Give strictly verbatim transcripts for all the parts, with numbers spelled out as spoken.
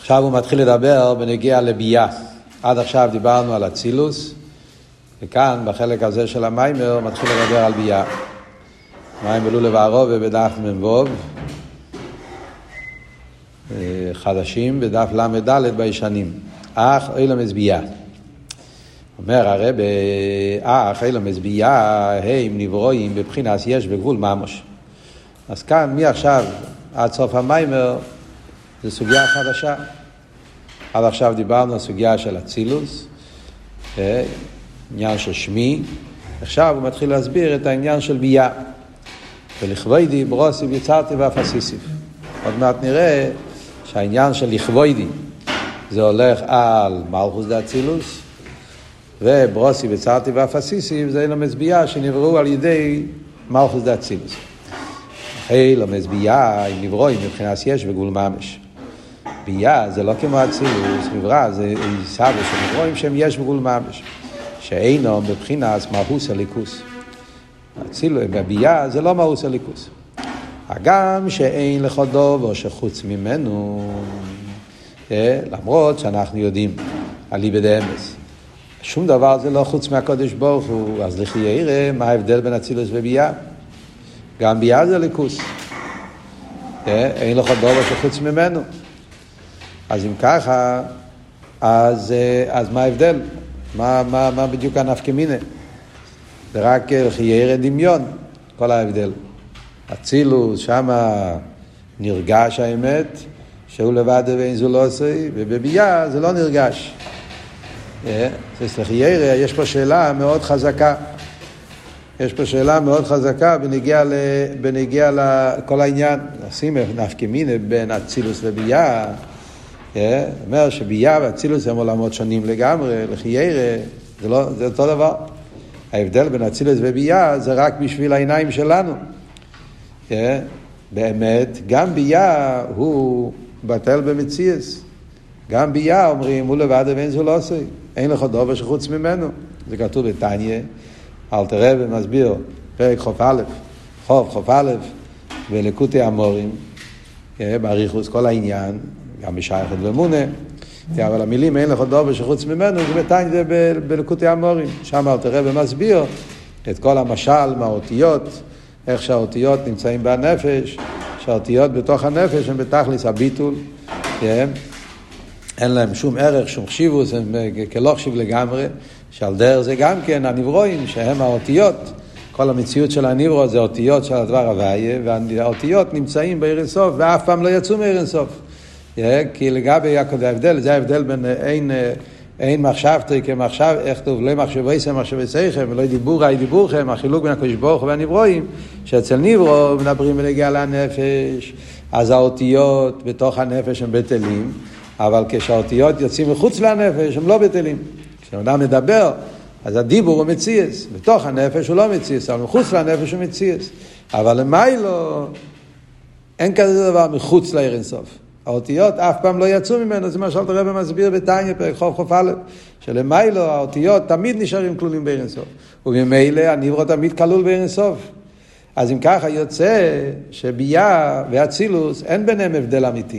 עכשיו הוא מתחיל לדבר בנגיע לבייה. עד עכשיו דיברנו על אצילוס, וכאן בחלק הזה של המיימר הוא מתחיל לדבר על בייה. מיימר לולב הערובה בדף ממבוב, חדשים בדף למד ד' בישנים. אך אילמס בייה. אומר הרב, אך אילמס בייה, הם נברואים בבחינת יש בגבול ממש. אז כאן מעכשיו עד סוף המיימר זו סוגיה חדשה. עד עכשיו דיברנו על סוגיה של אצילוס, עניין של שמי. עכשיו הוא מתחיל להסביר את העניין של בייה. ולכבודי ברוסיב יצרתי ואף עשיסיב. עוד מעט נראה שהעניין של לכבודי זה הולך על מלכוס דאצילוס, וברוסיב יצרתי ואף עשיסיב זה אילומס בייה שנבראו על ידי מלכוס דאצילוס. אילומס בייה אם נברואים מבחינת יש וגבול ממש. בייה זה לא כמו אצילוס, נברא זה סבא שנברואים שהם יש וגבול ממש, שאינו מבחינת מהוס הליכוס. אצילוס בבייה זה לא מהוס הליכוס. הגם שאין לך דבר שחוץ ממנו, למרות שאנחנו יודעים על איבד אמס שום דבר זה לא חוץ מהקודש ברוך הוא, אז לכי יראה מה ההבדל בין אצילוס ובייה. גם בייה זה ליכוס, אין לך דבר שחוץ ממנו. אז אם ככה, אז, אז מה ההבדל? מה, מה, מה בדיוק הנפקא מינה? זה רק לכי יראה דמיון, כל ההבדל. אצילוס, שמה נרגש האמת, שהוא לבד ואין זו לא עושה, ובבייה זה לא נרגש. סליחה, יש פה שאלה מאוד חזקה. יש פה שאלה מאוד חזקה בנגיע, ל, בנגיע לכל העניין. נשים נפקא מינה בין אצילוס לבייה. אומר שבייה ואצילוס הם עולמות שונים לגמרי, לחיירה, זה, לא, זה אותו דבר. ההבדל בין אצילוס ובייה זה רק בשביל העיניים שלנו. באמת, גם בייה הוא בטל במציאס. גם בייה אומרים, הוא לבד ואין זו לא עושה. אין לך דבר שחוץ ממנו. זה כתוב בתניא, אלתר רבי מסביר, פרק חוף א', חוף, חוף א', בליקוטי המורים, באריכוס כל העניין, גם בשייכת ומונה, אבל המילים אין לך דבר שחוץ ממנו, זה בתניא זה בליקוטי המורים. שם אלתר רבי מסביר את כל המשל מהאותיות, איך שהאותיות נמצאים בנפש, שהאותיות בתוך הנפש הם בתכלס הביטול, אין להם שום ערך, שום חשיבוס, הם כלא חשיב לגמרי, שעל דרך זה גם כן הנברואים, שהם האותיות, כל המציאות של הנברוא זה אותיות של הדבר הוויה, והאותיות נמצאים בעיר אינסוף, ואף פעם לא יצאו מעיר אינסוף. כי לגבי ההבדל, זה ההבדל בין אין, אין מחשבתי כמחשב, איך טוב, לא מחשבי סם, מחשבי סייכם, ולא דיבור, אי דיבורכם, החילוק בין הקדוש ברוך הוא והנברואים, שאצל נברוא מדברים ונגיע לנפש, אז האותיות בתוך הנפש הם בטלים, אבל כשהאותיות יוצאים מחוץ לנפש הם לא בטלים. כשאדם מדבר, אז הדיבור הוא מציאס, בתוך הנפש הוא לא מציאס, אבל מחוץ לנפש הוא מציאס. אבל למיילו, אין כזה דבר מחוץ לעיר אינסוף. האותיות אף פעם לא יצאו ממנו, זה מה שאלתר רבי מסביר בתניא, פרק חוף חוף א', שלמיילו האותיות תמיד נשארים כלולים בעיר אינסוף. וממילא הנברוא תמיד כלול בעיר אינסוף. אז אם ככה יוצא שבייה ואצילוס אין ביניהם הבדל אמיתי.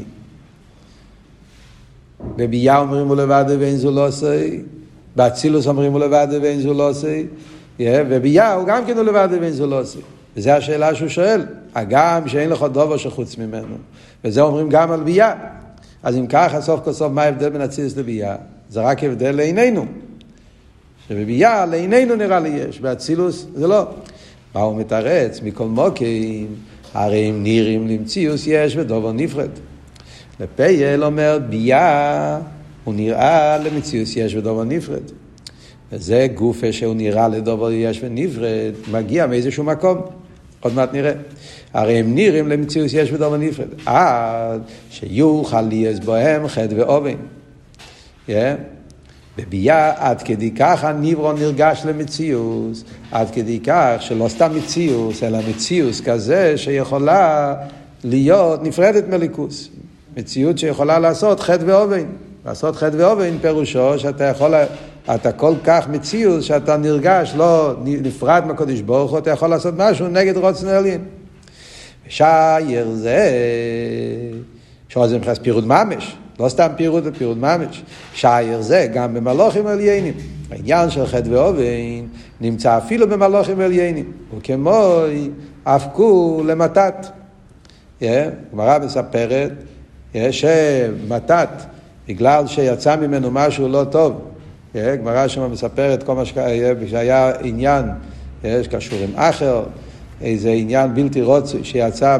בבייה אומרים הוא לבד ואין זו לא עושה, באצילוס אומרים הוא לבד ואין זו לא עושה, ובייה הוא גם כן הוא לבד ואין זו לא עושה. וזו השאלה שהוא שואל, הגם שאין לך דבר שחוץ ממנו. וזה אומרים גם על בייה. אז אם ככה סוף כל סוף מה ההבדל בין אצילוס לבייה? זה רק הבדל לעינינו. שבבייה לעינינו נראה לי יש, באצילוס זה לא. מה הוא מתרץ? מכל מוקים, הרי אם נראים למציאוס יש ודבר נפרד. לפייל אומר בייה הוא נראה למציאוס יש ודבר נפרד, וזה גופה שהוא נראה לדבר יש ונפרד מגיע מאיזשהו מקום, עוד מעט נראה. הרי הם נראים למציאוס יש ודבר נפרד עד שיוכל ליאס בהם חד ואובן. yeah. בבייה עד כדי כך הנברוא נרגש למציאוס, עד כדי כך שלא סתם מציאוס אלא מציאוס כזה שיכולה להיות נפרדת מליכוס, מציאות שיכולה לעשות חטא ואובן. לעשות חטא ואובן פירושו שאתה יכול, אתה כל כך מציאות שאתה נרגש, לא נפרד מהקדוש ברוך הוא, אתה יכול לעשות משהו נגד רצון העליון. ושאיר זה, שאז זה מבחינת פירוד ממש, לא סתם פירוט ופירוט ממש. שייר זה גם במלוכים עליינים. העניין של חטא ועובן נמצא אפילו במלוכים עליינים. וכמו הפקו למתת. גמרא מספרת שמתת, בגלל שיצא ממנו משהו לא טוב, גמרא שם מספרת כל מה שהיה עניין שקשור עם אחר, איזה עניין בלתי רוצוי שיצא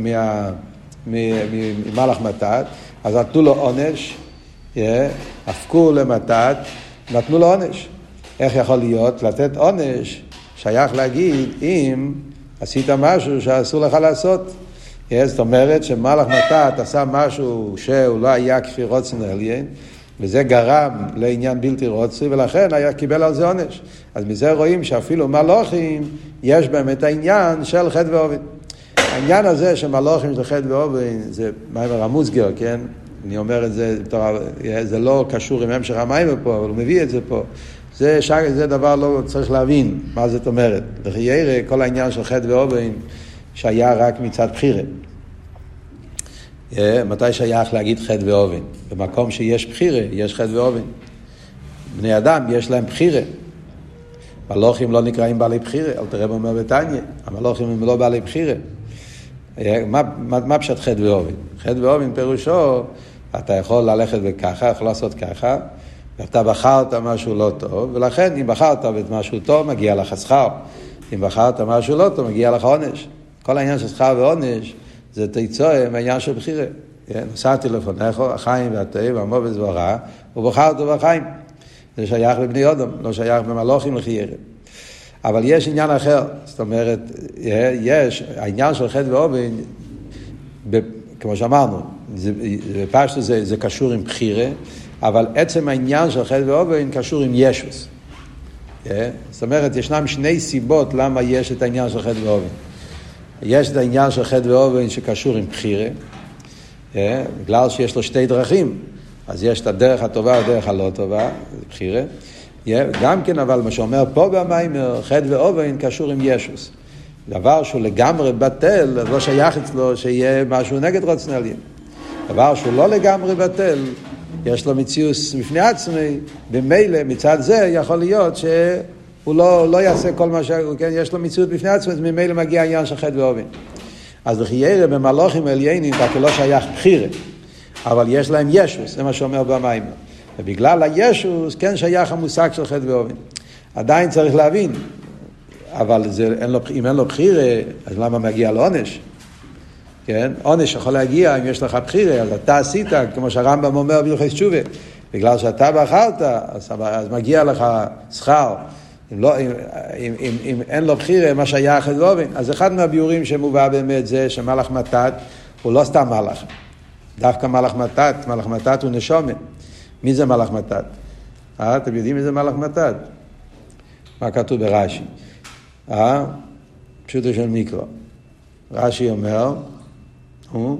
ממלאך מתת, אז נתנו לו עונש, הפקו למתת, נתנו לו עונש. איך יכול להיות? לתת עונש שייך להגיד אם עשית משהו שאסור לך לעשות. זאת אומרת שמלאך מתת עשה משהו שהוא לא היה כפי רוצן עליין, וזה גרם לעניין בלתי רוצי, ולכן היה קיבל על זה עונש. אז מזה רואים שאפילו מלאכים יש בהם את העניין של חטא ועובן. העניין הזה שמלאכים של חטא ועובן זה מיימר המוסגר, כן? אני אומר את זה, זה לא קשור עם המשך המיימר פה, אבל הוא מביא את זה פה. זה, זה דבר לא צריך להבין מה זאת אומרת. לכי ירא כל העניין של חטא ועובן שהיה רק מצד בחירה. מתי שייך להגיד חטא ועובן? במקום שיש בחירה, יש חטא ועובן. בני אדם יש להם בחירה. מלאכים לא נקראים בעלי בחירה, אל תראה אומר בתניא, המלאכים הם לא בעלי בחירה. מה, מה, מה פשט חטא ועובן? חטא ועובן פירושו, אתה יכול ללכת וככה, יכול לעשות ככה, ואתה בחרת משהו לא טוב, ולכן אם בחרת משהו טוב, מגיע לך שכר. אם בחרת משהו לא טוב, מגיע לך עונש. כל העניין של שכר ועונש, זה תיצואה מהעניין של בחירה. נסעתי לפניך, החיים והטבע, והמו וזברה, ובחרת בחיים. זה שייך לבני אדם, לא שייך במלאכים לחיירה. אבל יש עניין אחר, זאת אומרת, יש, העניין של חטא ועובן, כמו שאמרנו, בפשטות זה, זה קשור עם בחירה, אבל עצם העניין של חטא ועובן קשור עם ישוס. זאת אומרת, ישנם שני סיבות למה יש את העניין של חטא ועובן. יש את העניין של חטא ועובן שקשור עם בחירה, בגלל שיש לו שתי דרכים, אז יש את הדרך הטובה והדרך הלא טובה, בחירה. גם כן, אבל מה שאומר פה במיימר, חטא ועובן קשור עם ישוס. דבר שהוא לגמרי בטל, אז לא שייך אצלו שיהיה משהו נגד רצון עליין. דבר שהוא לא לגמרי בטל, יש לו מציאוס בפני עצמי, במילא מצד זה יכול להיות שהוא לא, לא יעשה כל מה שהוא, כן, יש לו מציאות בפני עצמי, אז ממילא מגיע העניין של חטא ועובן. אז לחיירה במלאכים עליינים, כי לא שייך בחירה, אבל יש להם ישוס, זה מה שאומר במיימר. ובגלל הישוס כן שייך המושג של חטא ועובן. עדיין צריך להבין, אבל זה, אין לו, אם אין לו בחירה, אז למה מגיע לו עונש? כן? עונש יכול להגיע אם יש לך בחירה, אז אתה עשית, כמו שהרמב"ם אומר בהלכות תשובה, בגלל שאתה בחרת, אז, אז מגיע לך שכר. אם, לא, אם, אם, אם, אם אין לו בחירה, מה שייך חטא ועובן. אז אחד מהביורים שמובא באמת זה שמלאך מתת הוא לא סתם מלאך. דווקא מלאך מתת, מלאך מתת הוא נשומה. מי זה מלאך מתת? אה, אתם יודעים מי זה מלאך מתת? מה כתוב ברש"י? אה? פשוטו של מיקרו. רש"י אומר, הוא?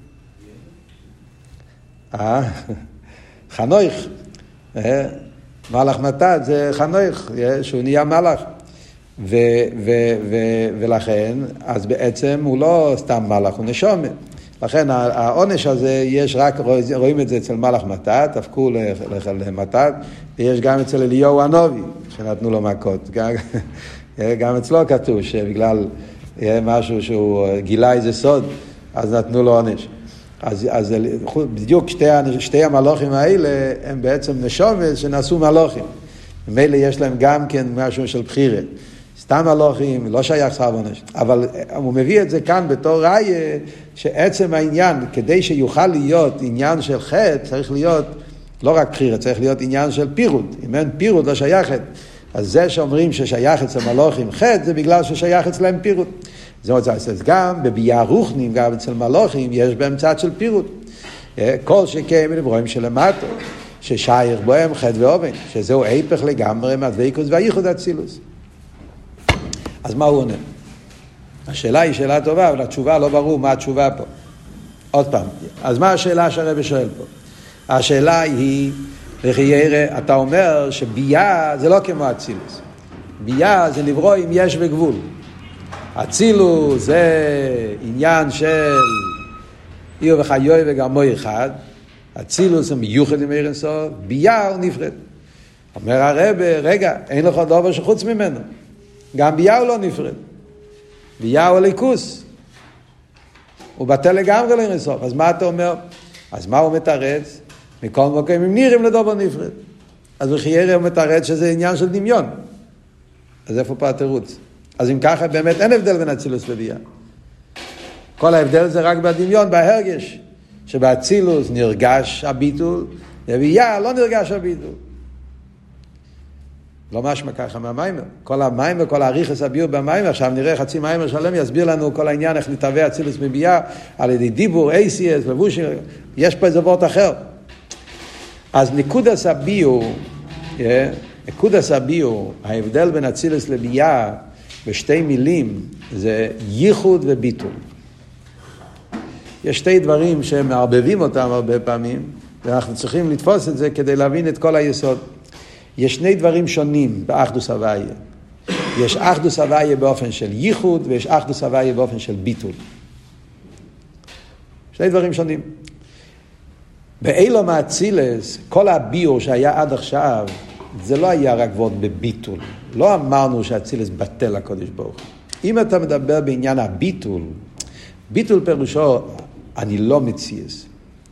אה? חנוך. אה? מלאך מתת זה חנוך, שהוא נהיה מלאך. ו- ו- ו- ולכן, אז בעצם הוא לא סתם מלאך, הוא נשומה. לכן העונש הזה, יש רק, רואים את זה אצל מלאך מתת, הפקו למתת, ויש גם אצל אליהו הנובי, שנתנו לו מכות. גם, גם אצלו כתוב שבגלל משהו שהוא גילה איזה סוד, אז נתנו לו עונש. אז, אז בדיוק שתי, שתי המלאכים האלה, הם בעצם נשומת שנעשו מלאכים. ממילא יש להם גם כן משהו של בחירה. סתם מלאכים, לא שייך שכר ועונש. אבל הוא מביא את זה כאן בתור ראיה, שעצם העניין, כדי שיוכל להיות עניין של חטא, צריך להיות לא רק בחירה, צריך להיות עניין של פירוט. אם אין פירוט, לא שייכת. אז זה שאומרים ששייך אצל מלאכים חטא, זה בגלל ששייך אצלם פירוט. זה רוצה לעשות גם בביאה רוחניים, גם אצל מלאכים, יש בהם צד של פירוט. כל שכן מדברים שלמטו, ששייך בהם חטא ועובן, שזהו היפך לגמרי מהדבקות והייחוד אצילוס. אז מה הוא עונה? השאלה היא שאלה טובה, אבל התשובה לא ברור מה התשובה פה. עוד פעם, אז מה השאלה שהרב שואל פה? השאלה היא, לחיירה, אתה אומר שבייה זה לא כמו אצילוס. בייה זה לברוא אם יש בגבול. אצילוס זה עניין של עיר וחיוי וגרמוי אחד, אצילוס הוא מיוחד עם עיר אינסוף, בייה הוא נפרד. אומר הרב, רגע, אין לך דבר שחוץ ממנו. גם בייה הוא לא נפרד. בייה הוא ליכוס. הוא בטל לגמרי לעיר אינסוף. אז מה אתה אומר? אז מה הוא מתרץ? מכל מקום הם נראים לדבר נפרד. אז בחייר הוא מתרץ שזה עניין של דמיון. אז איפה פה התירוץ? אז אם ככה באמת אין הבדל בין אצילוס לבייה. כל ההבדל זה רק בדמיון, בהרגש. שבאצילוס נרגש הביטול, בבייה לא נרגש הביטול. לא משמע ככה מהמיימר. כל המיימר, כל האריכוס הביור במיימר, עכשיו נראה חצי מיימר שלם, יסביר לנו כל העניין איך נתהווה אצילוס מבייה, על ידי דיבור, איי סי אס, לבושים, יש פה איזה וורט אחר. אז נקודס הביור, נקודס הביור, ההבדל בין אצילוס לבייה, בשתי מילים, זה ייחוד וביטול. יש שתי דברים שמערבבים אותם הרבה פעמים, ואנחנו צריכים לתפוס את זה כדי להבין את כל היסוד. יש שני דברים שונים באחדוס הוויה. יש אחדוס הוויה באופן של ייחוד, ויש אחדוס הוויה באופן של ביטול. שני דברים שונים. באילו מאצילס, כל הביור שהיה עד עכשיו, זה לא היה רק ועוד בביטול. לא אמרנו שהאצילס בטל הקודש ברוך. אם אתה מדבר בעניין הביטול, ביטול פירושו, אני לא מציאס.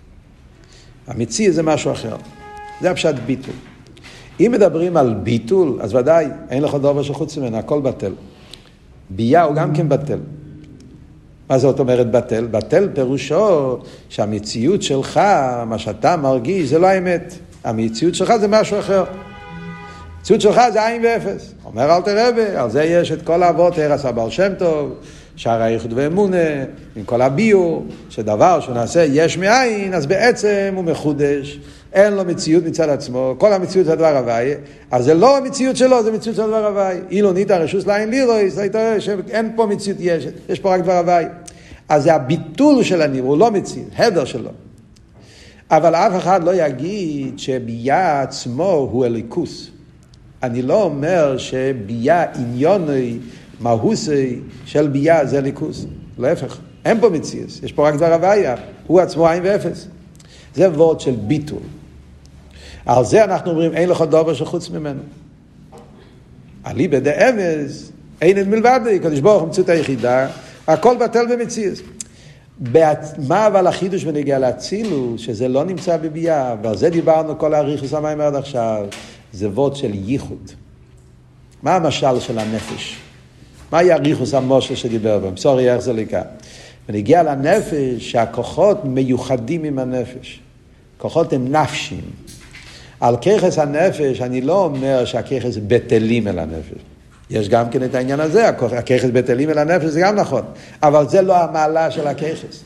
המציאס זה משהו אחר. זה הפשט ביטול. אם מדברים על ביטול, אז ודאי, אין לך דבר שחוץ ממנו, הכל בטל. בייה הוא גם כן בטל. מה זאת אומרת בטל? בטל פירושו שהמציאות שלך, מה שאתה מרגיש, זה לא האמת. המציאות שלך זה משהו אחר. המציאות שלך זה עין ואפס. אומר אל תרבה, על זה יש את כל האבות, הרס הבעל שם טוב, שער הייחוד ואמונה, עם כל הביור, שדבר שנעשה יש מאין, אז בעצם הוא מחודש, אין לו מציאות מצד עצמו, כל המציאות זה הדבר הוואי, אז זה לא המציאות שלו, זה מציאות של הדבר הוואי. אילו ניתן רשוס לעין לירויס, אין פה מציאות יש, יש פה רק דבר הוואי. אז זה הביטול של הניר, הוא לא מציאות, הדר שלו. אבל אף אחד לא יגיד שבייה עצמו הוא אליקוס. אני לא אומר שבייה עניוני, מהוסי של בייה זה ליכוס. להפך, אין פה מציאס. יש פה רק דבר הוויה. הוא עצמו עין ואפס. זה וורט של ביטול. על זה אנחנו אומרים, אין לך דבר שחוץ ממנו. עלי בדי אמס, אין את מלבדי, קדוש ברוך הוא מציאות היחידה, הכל בטל במציאס. מה אבל החידוש בנגיע לאצילוס, שזה לא נמצא בבייה, ועל זה דיברנו כל האריכוס המים עד עכשיו, זה וורט של ייחוד. מה המשל של הנפש? מה יריחוס המושל שדיבר בהם? סורי, איך זה לקה? ונגיע לנפש שהכוחות מיוחדים עם הנפש. כוחות הם נפשים. על כיחס הנפש, אני לא אומר שהכיחס בטלים אל הנפש. יש גם כן את העניין הזה, הכיחס בטלים אל הנפש, זה גם נכון. אבל זה לא המעלה של הכיחס.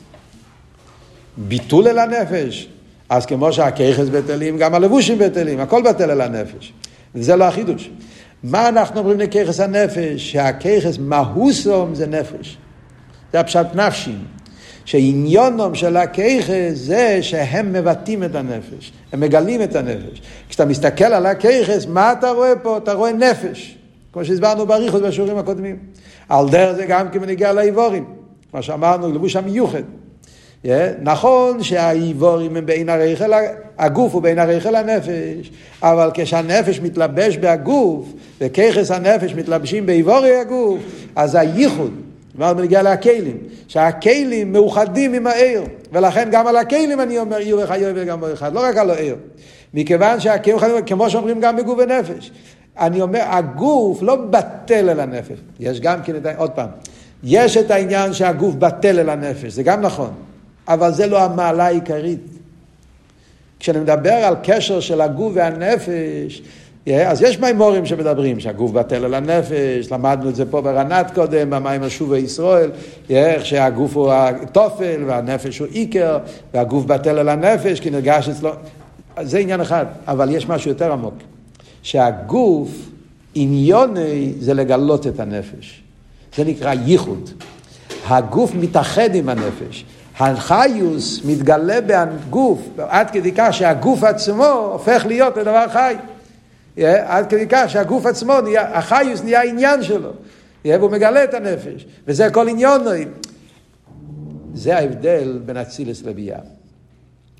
ביטול אל הנפש. אז כמו שהכיחס בטלים, גם הלבושים בטלים, הכל בטל אל הנפש. וזה לא החידוש. מה אנחנו אומרים לכיחס הנפש? שהכיחס מהוסום זה נפש. זה הפשט נפשים. שעניונם של הכיחס זה שהם מבטאים את הנפש. הם מגלים את הנפש. כשאתה מסתכל על הכיחס, מה אתה רואה פה? אתה רואה נפש. כמו שהסברנו באריכות בשיעורים הקודמים. על דרך זה גם כמנהיגה לאיבורים. מה שאמרנו, לבוש המיוחד. Yeah, נכון שהאיבורים הם בין הרייכל, הגוף הוא בין הרייכל הנפש, אבל כשהנפש מתלבש בהגוף, וכיחס הנפש מתלבשים באיבורי הגוף, אז הייחוד, מה מגיע להכלים, שהכלים מאוחדים עם העיר, ולכן גם על הכלים אני אומר, יהיו וחיו וגם בו אחד, לא רק על העיר, מכיוון שהכלים, כמו שאומרים גם בגוף ונפש, אני אומר, הגוף לא בטל אל הנפש, יש גם כן, עוד פעם, יש את העניין שהגוף בטל אל הנפש, זה גם נכון, אבל זה לא המעלה העיקרית. כשאני מדבר על קשר של הגוף והנפש, אז יש מימורים שמדברים שהגוף בטל על הנפש, למדנו את זה פה ברנת קודם, במים השוב ישראל, איך שהגוף הוא התופל והנפש הוא עיקר, והגוף בטל על הנפש כי נרגש אצלו. זה עניין אחד, אבל יש משהו יותר עמוק. שהגוף, עניוני זה לגלות את הנפש. זה נקרא ייחוד. הגוף מתאחד עם הנפש. החיוס מתגלה בגוף, עד כדי כך שהגוף עצמו הופך להיות לדבר חי. עד כדי כך שהגוף עצמו, החיוס נהיה עניין שלו. והוא מגלה את הנפש. וזה כל עניון. זה ההבדל בין אצילס לבייה.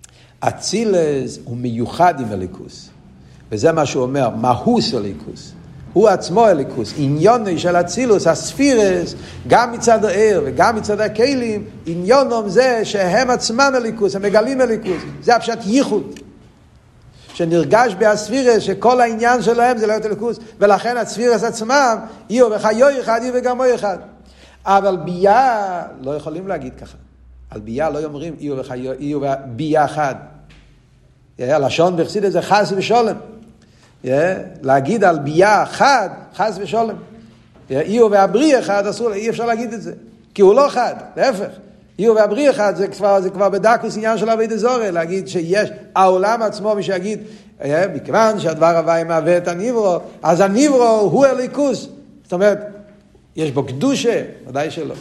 אצילס הוא מיוחד עם הליכוס. וזה מה שהוא אומר, מהוס הליכוס. הוא עצמו הליכוס. עניוני של אצילוס, הספירס, גם מצד העיר וגם מצד הכלים, עניונם זה שהם עצמם הליכוס, הם מגלים הליכוס. זה הפשט ייחוד. שנרגש בהספירס, שכל העניין שלהם זה להיות הליכוס, ולכן הספירס עצמם, יהיו וחיו אחד, יהיו וגם הוא אחד. אבל ביה, לא יכולים להגיד ככה. על ביה לא אומרים, יהיו וחיו, יהיו וביה אחד. הלשון בחסידות זה חס ושולם. להגיד על ביה אחד, חס ושולם. יהיו והבריא אחד, אסור, אי אפשר להגיד את זה. כי הוא לא אחד, להפך. יהיו והבריא אחד, זה כבר, זה כבר בדקוס עניין של עבודת זרה, להגיד שיש, העולם עצמו, מי שיגיד, מכיוון שהדבר הוואי מהווה את הניברו, אז הניברו הוא הליכוס. זאת אומרת, יש בו קדושה, ודאי שלא.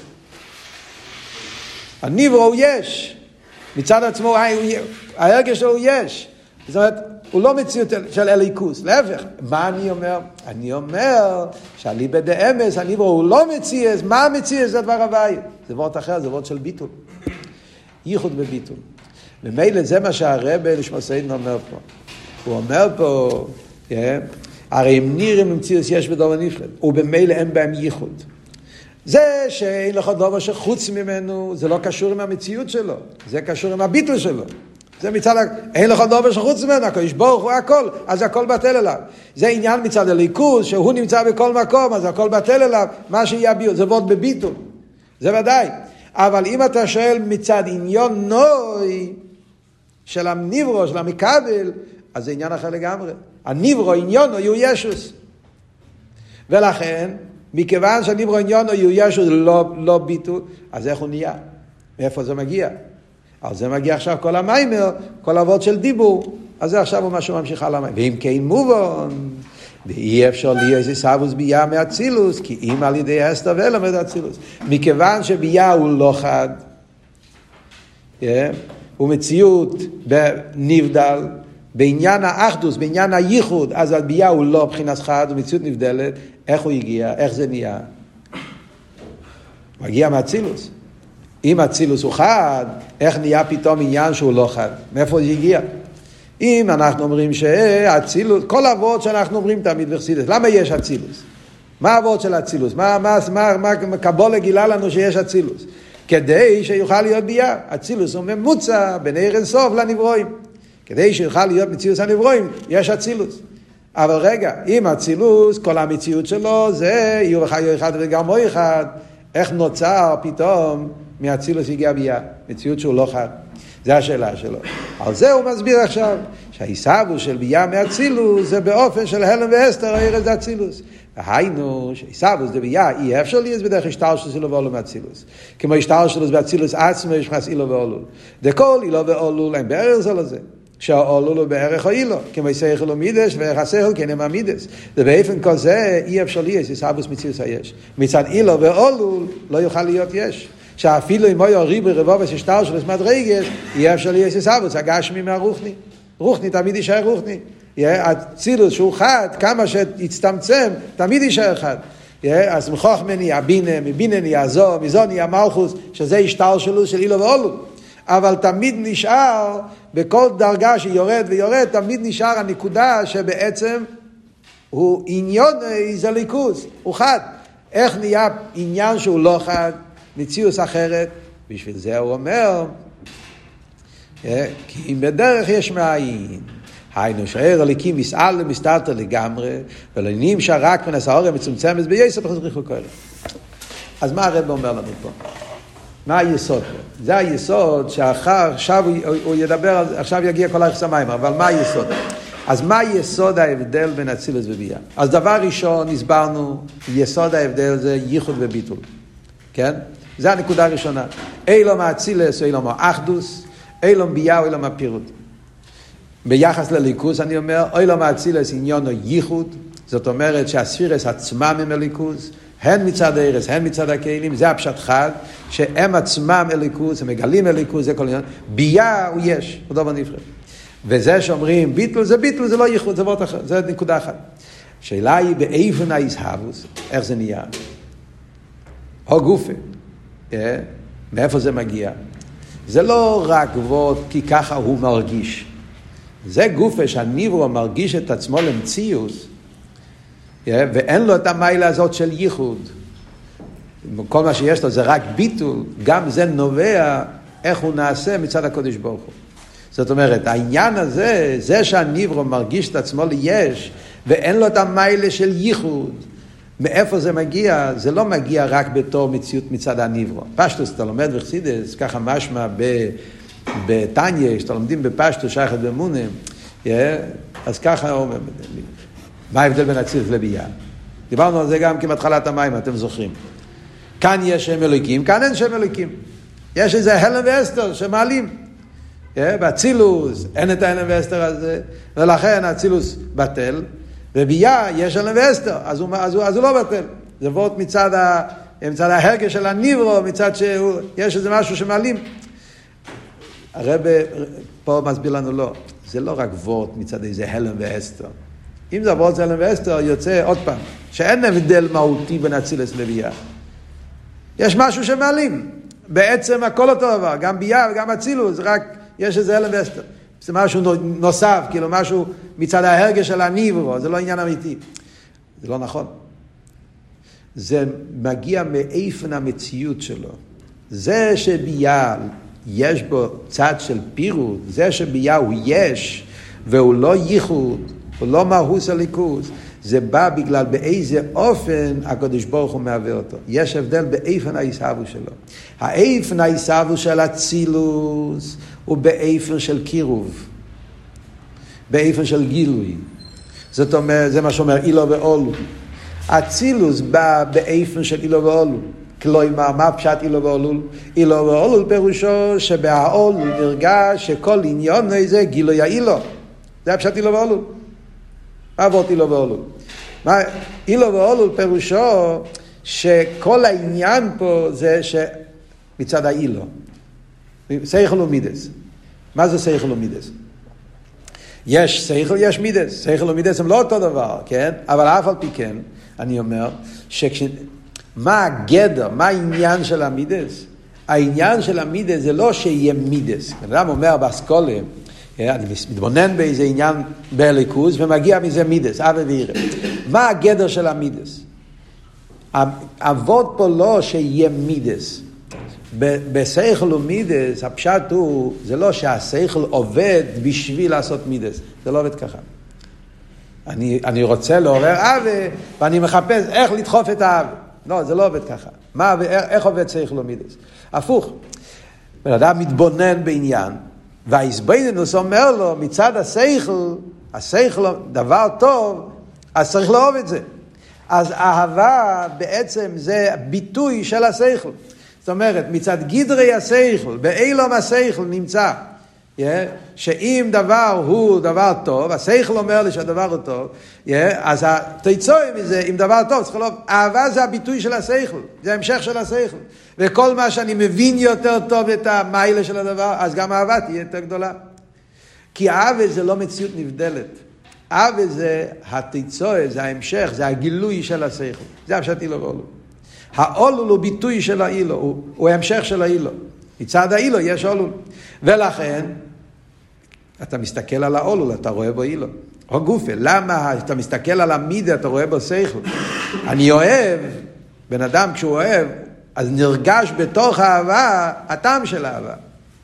הניברו הוא יש. מצד עצמו, ההרגש שלו הוא יש. זאת אומרת, הוא לא מציאות של הליכוס. להפך, מה אני אומר? אני אומר שהליבא דאמס, הניברו הוא לא מציאות. מה המציאות? זה הדבר הוואי. זה וורט אחר, זה וורט של ביטול. ייחוד בביטול. ומילא זה מה שהרבא לשמו סיידן אומר פה. הוא אומר פה, yeah, הרי אם נראים למציאות יש בדבר נפרד, ובמילא אין בהם ייחוד. זה שאין לך דבר שחוץ ממנו, זה לא קשור עם המציאות שלו, זה קשור עם הביטול שלו. זה מצד, אין לך דבר שחוץ ממנו, הקדוש ברוך הוא הכל, אז הכל בטל אליו. זה עניין מצד הליכוז, שהוא נמצא בכל מקום, אז הכל בטל אליו, מה שיהיה ביטול, זה וורט בביטול. זה ודאי. אבל אם אתה שואל מצד עניון נוי של הניברו, של המקבל, אז זה עניין אחר לגמרי. הניברו, עניונו, יהיו ישוס. ולכן, מכיוון שהניברו עניונו יהיו ישוס לא, לא ביטול, אז איך הוא נהיה? מאיפה זה מגיע? אז זה מגיע עכשיו כל המיימר, כל אבות של דיבור, אז זה עכשיו הוא משהו ממשיך על המיימר. ואם כן מובן, ואי אפשר לי איזה סבוס ביה מהצילוס, כי אם על ידי אסתר ולמד הצילוס. מכיוון שביה הוא לא חד, yeah, הוא מציאות בנבדל, בעניין האחדוס, בעניין הייחוד, אז על ביה הוא לא בחינת חד, הוא מציאות נבדלת, איך הוא הגיע, איך זה נהיה? הוא הגיע מהצילוס. אם הצילוס הוא חד, איך נהיה פתאום עניין שהוא לא חד? מאיפה זה הגיע? אם אנחנו אומרים שהצילוס, כל אבות שאנחנו אומרים תמיד בחסידות, למה יש הצילוס? מה אבות של הצילוס? מה, מה, מה, מה קבולה גילה לנו שיש הצילוס? כדי שיוכל להיות ביה. הצילוס הוא ממוצע בין עיר אין סוף לנברואים. כדי שיוכל להיות מציאות הנברואים, יש הצילוס. אבל רגע, אם הצילוס, כל המציאות שלו זה יהיו וחיו אחד וגם הוא אחד, איך נוצר פתאום מהצילוס הגיע ביה? מציאות שהוא לא חד. זה השאלה שלו. על זה הוא מסביר עכשיו, שהיסבו של ביה מהצילוס זה באופן של הלם ואסתר, העיר זה הצילוס. והיינו, שהיסבו זה ביה, אי אפשר לי, אז בדרך השטר של אילו ואולול מהצילוס. כמו השטר שלו בהצילוס עצמו, יש חס אילו ואולול. דכל אילו ואולול, אין בערך זה לזה. שהאולול הוא בערך האילו, כמו יסייכל ומידש, וערך הסייכל כנם המידש. ובאופן כזה, אי אפשר לי, אז היסבוס מצילוס היש. מצד אילו ואולול, לא יוכל להיות יש. שאפילו אם היה ריב רבוב ושטר של הסמת רגש, יהיה אפשר להיות סבוס, הגשמי מהרוחני. רוחני תמיד יישאר רוחני. הצילוס שהוא חד, כמה שיצטמצם, תמיד יישאר חד. אז מחוכמני הבינה, מבינני הזו, מזוני המלכוס, שזה השטר שלו של אילו ואולו. אבל תמיד נשאר, בכל דרגה שיורד ויורד, תמיד נשאר הנקודה שבעצם הוא עניון איזה ליכוס, הוא חד. איך נהיה עניין שהוא לא חד? מציאוס אחרת, בשביל זה הוא אומר, כי אם בדרך יש מעין, היינו שער הליקים מסעל ומסתלת לגמרי, ולא נמשך רק מן הסעוריה מצומצמת בייסף חזריך וקורא. אז מה הרב אומר לנו פה? מה היסוד פה? זה היסוד שעכשיו הוא ידבר, עכשיו יגיע כל היחס המים, אבל מה היסוד? אז מה יסוד ההבדל בין אצילוס ובייה? אז דבר ראשון, הסברנו, יסוד ההבדל זה ייחוד וביטול. כן? זה הנקודה הראשונה. אילום האצילס או אילום האחדוס, אילום ביה או אילום הפירוט. ביחס לליכוס אני אומר, אילום האצילס עניון או ייחוד, זאת אומרת שהספירס עצמם הם הליכוס, הן מצד הארץ, הן מצד הכלים, זה הפשט חד, שהם עצמם הליכוס, הם מגלים הליכוס, זה כל עניין. ביה הוא יש, הוא דבר נפרד. וזה שאומרים ביטול זה ביטול, זה לא ייחוד, זה וורט אחר, זה נקודה אחת. השאלה היא באיפן הישהבוס, איך זה נהיה? הו גופה. מאיפה זה מגיע? זה לא רק וורט כי ככה הוא מרגיש. זה גופה שהניברו מרגיש את עצמו למציאות, ואין לו את המיילה הזאת של ייחוד. כל מה שיש לו זה רק ביטול, גם זה נובע איך הוא נעשה מצד הקודש ברוך הוא. זאת אומרת, העניין הזה, זה שהניברו מרגיש את עצמו ליש, ואין לו את המיילה של ייחוד, מאיפה זה מגיע? זה לא מגיע רק בתור מציאות מצד הניברו. פשטוס, אתה לומד וחסידס, ככה משמע בתניה, שאתה לומדים בפשטוס, שייכת במונים, אז ככה אומר, מה ההבדל בין אצילוס לביאה? דיברנו על זה גם כמתחלת המים, אתם זוכרים. כאן יש שם אלוקים, כאן אין שם אלוקים. יש איזה הלם ואסתר שמעלים. באצילוס אין את ההלם ואסתר הזה, ולכן האצילוס בטל, וביאה יש הלם ואסתר, אז הוא, אז הוא, אז הוא לא בטל. זה וורט מצד, ה, מצד ההרגש של הניברו, מצד שיש איזה משהו שמעלים. הרב פה מסביר לנו לא, זה לא רק וורט מצד איזה הלם ואסתר. אם זה וורט הלם ואסתר, יוצא עוד פעם, שאין הבדל מהותי בין אצילוס לביאה. יש משהו שמעלים. בעצם הכל אותו דבר, גם ביאה וגם אצילוס, רק יש איזה הלם ואסתר. זה משהו נוסף, כאילו משהו מצד ההרגש של הניברו, זה לא עניין אמיתי. זה לא נכון. זה מגיע מאיפן המציאות שלו. זה שביאה יש בו צד של פירוט, זה שביאה הוא יש, והוא לא ייחוד, הוא לא מהוס הליכוז, זה בא בגלל באיזה אופן הקדוש ברוך הוא מהווה אותו. יש הבדל באיפן הישאבו שלו. האיפן הישאבו של אצילוס הוא באיפן של קירוב, באיפן של גילוי. זאת אומרת, זה מה שאומר אילו ואולו. אצילוס בא באיפן של אילו ואולו. כלומר, מה פשט אילו ואולו? אילו ואולו פירושו שבהאולו נרגש שכל עניון זה גילוי האילו. זה הפשט אילו ואולו. מה עבוד אילו ואולו? מה, אילו ואולו פירושו שכל העניין פה זה שמצד האילו. שכל ומידס. מה זה שכל ומידס? יש שכל, יש מידס. שכל ומידס הם לא אותו דבר, כן? אבל אף על פי כן, אני אומר, שכש... מה הגדר, מה העניין של המידס? העניין של המידס זה לא שיהיה מידס. אדם אומר באסכולה, אני מתבונן באיזה עניין באליקוס, ומגיע מזה מידס, אבא וירא. מה הגדר של המידס? עבוד פה לא שיהיה מידס. בשכל ומידס, הפשט הוא, זה לא שהשכל עובד בשביל לעשות מידס. זה לא עובד ככה. אני, אני רוצה לעורר אבא, ואני מחפש איך לדחוף את האבא. לא, זה לא עובד ככה. מה, איך, איך עובד שכל ומידס? הפוך. בן אדם מתבונן בעניין, והאיזבנינוס אומר לו, מצד השכל, השכל דבר טוב, אז צריך לאהוב את זה. אז אהבה בעצם זה ביטוי של השכל. זאת אומרת, מצד גדרי השכל, באילום השכל נמצא, yeah, שאם דבר הוא דבר טוב, השכל אומר לי שהדבר הוא טוב, yeah, אז התיצוי מזה, אם דבר טוב, צריך לאהוב. אהבה זה הביטוי של השכל, זה ההמשך של השכל. וכל מה שאני מבין יותר טוב את המיילה של הדבר, אז גם אהבה תהיה יותר גדולה. כי אהבה זה לא מציאות נבדלת. אהבה זה התיצוי, זה ההמשך, זה הגילוי של השכל. זה הפשט אילו ואולו. האולול הוא ביטוי של האילו, הוא, הוא המשך של האילו. מצד האילו יש אולול. ולכן, אתה מסתכל על האולול, אתה רואה בו אילו. או גופה, למה אתה מסתכל על המידה, אתה רואה בו שכל? אני אוהב, בן אדם כשהוא אוהב, אז נרגש בתוך האהבה, הטעם של האהבה.